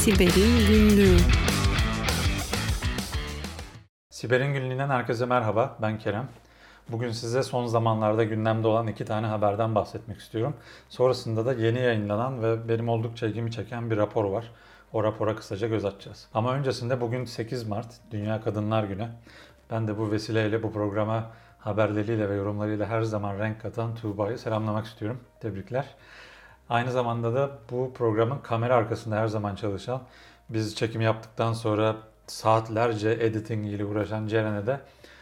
Siber'in Günlüğü. Siber'in Günlüğü'nden herkese merhaba, ben Kerem. Bugün size son zamanlarda gündemde olan 2 tane haberden bahsetmek istiyorum. Sonrasında da yeni yayınlanan ve benim oldukça ilgimi çeken bir rapor var. O rapora kısaca göz atacağız. Ama öncesinde bugün 8 Mart, Dünya Kadınlar Günü. Ben de bu vesileyle bu programa haberleriyle ve yorumlarıyla her zaman renk katan Tuğba'yı selamlamak istiyorum. Tebrikler. Aynı zamanda da bu programın kamera arkasında her zaman çalışan, biz çekim yaptıktan sonra saatlerce editing ile uğraşan Ceren'e de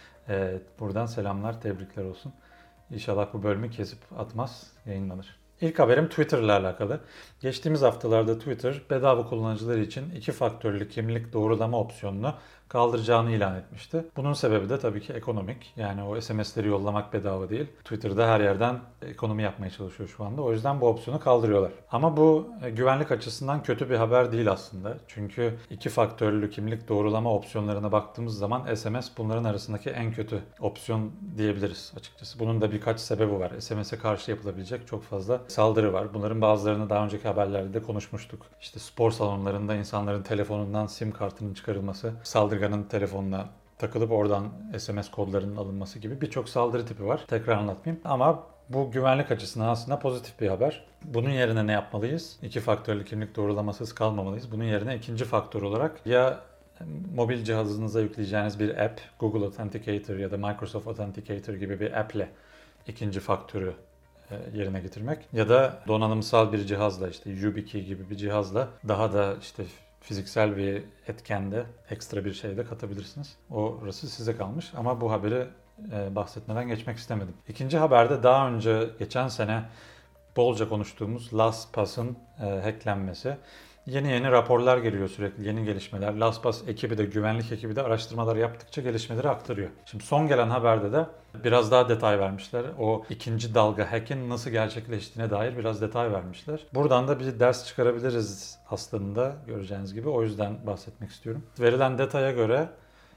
buradan selamlar, tebrikler olsun. İnşallah bu bölümü kesip atmaz, yayınlanır. İlk haberim Twitter ile alakalı. Geçtiğimiz haftalarda Twitter bedava kullanıcıları için 2 faktörlü kimlik doğrulama opsiyonunu kaldıracağını ilan etmişti. Bunun sebebi de tabii ki ekonomik. Yani o SMS'leri yollamak bedava değil. Twitter'da her yerden ekonomi yapmaya çalışıyor şu anda. O yüzden bu opsiyonu kaldırıyorlar. Ama bu güvenlik açısından kötü bir haber değil aslında. Çünkü 2 faktörlü kimlik doğrulama opsiyonlarına baktığımız zaman SMS bunların arasındaki en kötü opsiyon diyebiliriz açıkçası. Bunun da birkaç sebebi var. SMS'e karşı yapılabilecek çok fazla saldırı var. Bunların bazılarını daha önceki haberlerde de konuşmuştuk. İşte spor salonlarında insanların telefonundan SIM kartının çıkarılması, saldırganın telefonuna takılıp oradan SMS kodlarının alınması gibi birçok saldırı tipi var. Tekrar anlatmayayım. Ama bu güvenlik açısından aslında pozitif bir haber. Bunun yerine ne yapmalıyız? 2 faktörlü kimlik doğrulamasız kalmamalıyız. Bunun yerine ikinci faktör olarak ya mobil cihazınıza yükleyeceğiniz bir app, Google Authenticator ya da Microsoft Authenticator gibi bir app ile ikinci faktörü yerine getirmek ya da donanımsal bir cihazla, işte YubiKey gibi bir cihazla daha da işte fiziksel bir etkende ekstra bir şey de katabilirsiniz. Orası size kalmış ama bu haberi bahsetmeden geçmek istemedim. İkinci haberde daha önce geçen sene bolca konuştuğumuz LastPass'ın hacklenmesi. Yeni raporlar geliyor sürekli, yeni gelişmeler. LastPass ekibi de, güvenlik ekibi de araştırmalar yaptıkça gelişmeleri aktarıyor. Şimdi son gelen haberde de biraz daha detay vermişler. O ikinci dalga hack'in nasıl gerçekleştiğine dair biraz detay vermişler. Buradan da bir ders çıkarabiliriz aslında, göreceğiniz gibi. O yüzden bahsetmek istiyorum. Verilen detaya göre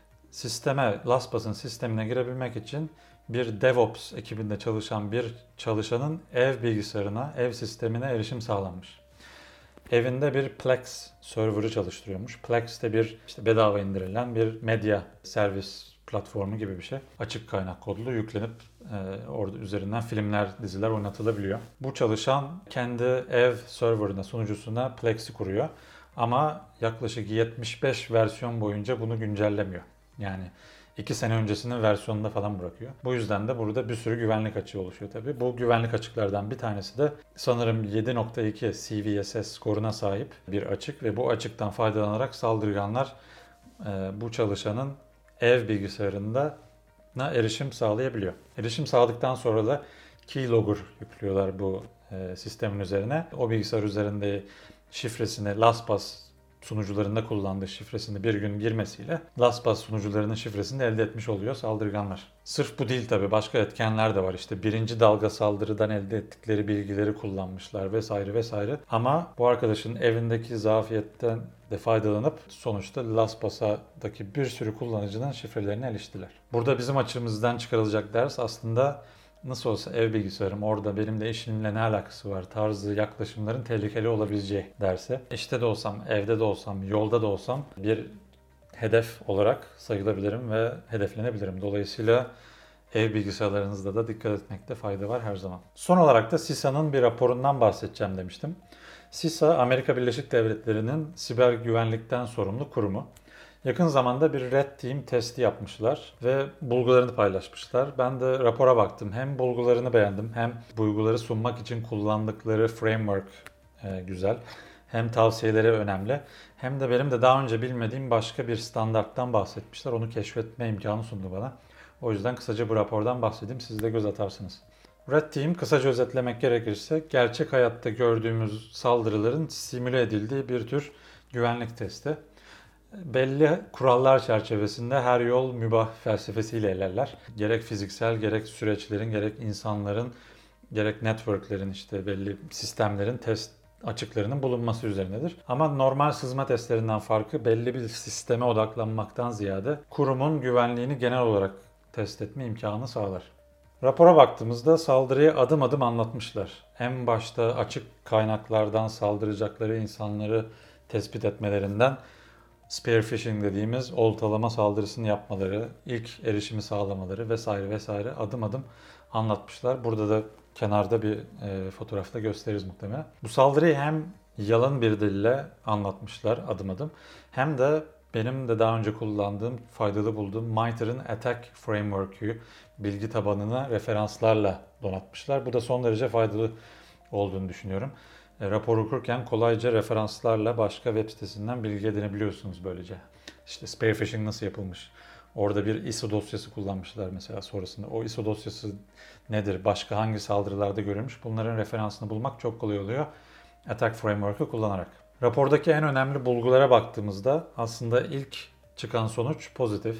LastPass'ın sistemine girebilmek için bir DevOps ekibinde çalışan bir çalışanın ev bilgisayarına, ev sistemine erişim sağlanmış. Evinde bir Plex server'ı çalıştırıyormuş. Plex de bir bedava indirilen bir medya servis platformu gibi bir şey. Açık kaynak kodlu yüklenip orada üzerinden filmler, diziler oynatılabiliyor. Bu çalışan kendi ev server'ına, sunucusuna Plex'i kuruyor. Ama yaklaşık 75 versiyon boyunca bunu güncellemiyor. Yani 2 sene öncesinin versiyonunda falan bırakıyor. Bu yüzden de burada bir sürü güvenlik açığı oluşuyor tabii. Bu güvenlik açıklardan bir tanesi de sanırım 7.2 CVSS skoruna sahip bir açık ve bu açıktan faydalanarak saldırganlar bu çalışanın ev bilgisayarına erişim sağlayabiliyor. Erişim sağladıktan sonra da keylogger yüklüyorlar bu sistemin üzerine. O bilgisayar üzerinde şifresini LastPass sunucularında kullandığı şifresini bir gün girmesiyle LastPass sunucularının şifresini elde etmiş oluyor saldırganlar. Sırf bu değil tabii, başka etkenler de var. İşte birinci dalga saldırıdan elde ettikleri bilgileri kullanmışlar vesaire vesaire. Ama bu arkadaşın evindeki zafiyetten de faydalanıp sonuçta LastPass'daki bir sürü kullanıcının şifrelerini eriştiler. Burada bizim açımızdan çıkarılacak ders aslında nasıl olsa ev bilgisayarım, orada benim de işimle ne alakası var tarzı yaklaşımların tehlikeli olabileceği derse. İşte de olsam, evde de olsam, yolda da olsam bir hedef olarak sayılabilirim ve hedeflenebilirim. Dolayısıyla ev bilgisayarlarınızda da dikkat etmekte fayda var her zaman. Son olarak da CISA'nın bir raporundan bahsedeceğim demiştim. CISA, Amerika Birleşik Devletleri'nin siber güvenlikten sorumlu kurumu. Yakın zamanda bir Red Team testi yapmışlar ve bulgularını paylaşmışlar. Ben de rapora baktım. Hem bulgularını beğendim, hem bulguları sunmak için kullandıkları framework güzel. Hem tavsiyeleri önemli. Hem de benim de daha önce bilmediğim başka bir standarttan bahsetmişler. Onu keşfetme imkanı sundu bana. O yüzden kısaca bu rapordan bahsedeyim. Siz de göz atarsınız. Red Team, kısaca özetlemek gerekirse, gerçek hayatta gördüğümüz saldırıların simüle edildiği bir tür güvenlik testi. Belli kurallar çerçevesinde her yol mübah felsefesiyle ilerler. Gerek fiziksel, gerek süreçlerin, gerek insanların, gerek networklerin, işte belli sistemlerin test açıklarının bulunması üzerinedir. Ama normal sızma testlerinden farkı belli bir sisteme odaklanmaktan ziyade kurumun güvenliğini genel olarak test etme imkanı sağlar. Rapora baktığımızda saldırıyı adım adım anlatmışlar. En başta açık kaynaklardan saldıracakları insanları tespit etmelerinden spear phishing dediğimiz oltalama saldırısını yapmaları, ilk erişimi sağlamaları vesaire vesaire adım adım anlatmışlar. Burada da kenarda bir fotoğrafta gösteririz muhtemelen. Bu saldırıyı hem yalan bir dille anlatmışlar adım adım, hem de benim de daha önce kullandığım, faydalı bulduğum MITRE'ın Attack Framework'ü bilgi tabanına referanslarla donatmışlar. Bu da son derece faydalı olduğunu düşünüyorum. Rapor okurken kolayca referanslarla başka web sitesinden bilgi edinebiliyorsunuz böylece. İşte spear phishing nasıl yapılmış? Orada bir ISO dosyası kullanmışlar mesela sonrasında. O ISO dosyası nedir? Başka hangi saldırılarda görülmüş? Bunların referansını bulmak çok kolay oluyor Attack Framework'ı kullanarak. Rapordaki en önemli bulgulara baktığımızda aslında ilk çıkan sonuç pozitif.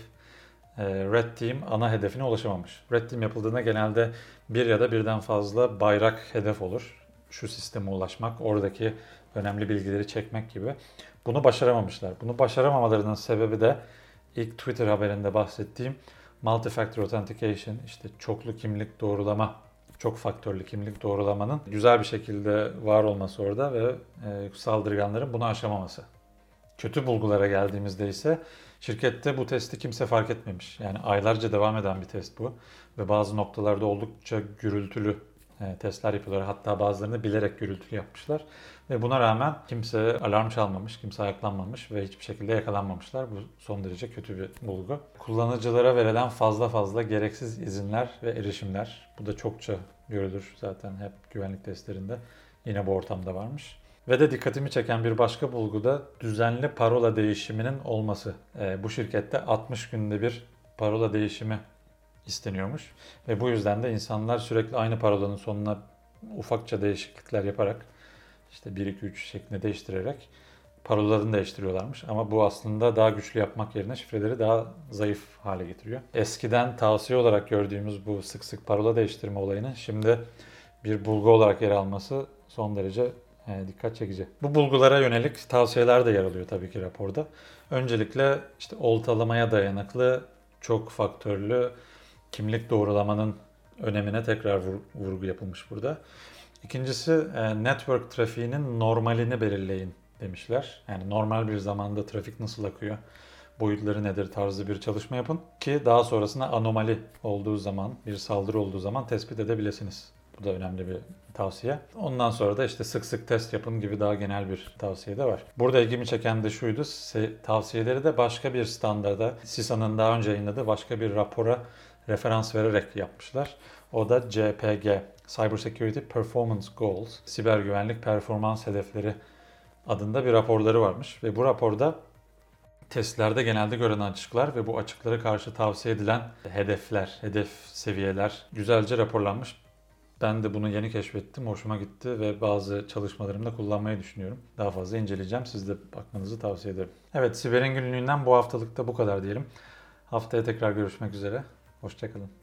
Red Team ana hedefine ulaşamamış. Red Team yapıldığında genelde bir ya da birden fazla bayrak hedef olur. Şu sisteme ulaşmak, oradaki önemli bilgileri çekmek gibi. Bunu başaramamışlar. Bunu başaramamalarının sebebi de ilk Twitter haberinde bahsettiğim Multi-Factor Authentication, işte çoklu kimlik doğrulama, çok faktörlü kimlik doğrulamanın güzel bir şekilde var olması orada ve saldırganların bunu aşamaması. Kötü bulgulara geldiğimizde ise şirkette bu testi kimse fark etmemiş. Yani aylarca devam eden bir test bu. Ve bazı noktalarda oldukça gürültülü testler yapıyorlar. Hatta bazılarını bilerek gürültülü yapmışlar. Ve buna rağmen kimse alarm çalmamış, kimse ayaklanmamış ve hiçbir şekilde yakalanmamışlar. Bu son derece kötü bir bulgu. Kullanıcılara verilen fazla gereksiz izinler ve erişimler. Bu da çokça görülür zaten hep güvenlik testlerinde. Yine bu ortamda varmış. Ve de dikkatimi çeken bir başka bulgu da düzenli parola değişiminin olması. Bu şirkette 60 günde bir parola değişimi isteniyormuş. Ve bu yüzden de insanlar sürekli aynı parolanın sonuna ufakça değişiklikler yaparak, işte 1, 2, 3 şeklinde değiştirerek parolalarını değiştiriyorlarmış. Ama bu aslında daha güçlü yapmak yerine şifreleri daha zayıf hale getiriyor. Eskiden tavsiye olarak gördüğümüz bu sık sık parola değiştirme olayının şimdi bir bulgu olarak yer alması son derece dikkat çekici. Bu bulgulara yönelik tavsiyeler de yer alıyor tabii ki raporda. Öncelikle işte oltalamaya dayanıklı, çok faktörlü kimlik doğrulamanın önemine tekrar vurgu yapılmış burada. İkincisi network trafiğinin normalini belirleyin demişler. Yani normal bir zamanda trafik nasıl akıyor, boyutları nedir tarzı bir çalışma yapın ki daha sonrasında anomali olduğu zaman, bir saldırı olduğu zaman tespit edebilirsiniz. Bu da önemli bir tavsiye. Ondan sonra da işte sık sık test yapın gibi daha genel bir tavsiye de var. Burada ilgimi çeken de şuydu. Tavsiyeleri de başka bir standarda, CISA'nın daha önce yayınladığı başka bir rapora referans vererek yapmışlar. O da CPG, Cybersecurity Performance Goals, siber güvenlik performans hedefleri adında bir raporları varmış. Ve bu raporda testlerde genelde görülen açıklar ve bu açıklara karşı tavsiye edilen hedefler, hedef seviyeler güzelce raporlanmış. Ben de bunu yeni keşfettim, hoşuma gitti ve bazı çalışmalarımda kullanmayı düşünüyorum. Daha fazla inceleyeceğim, siz de bakmanızı tavsiye ederim. Evet, Siber'in günlüğünden bu haftalık da bu kadar diyelim. Haftaya tekrar görüşmek üzere, hoşça kalın.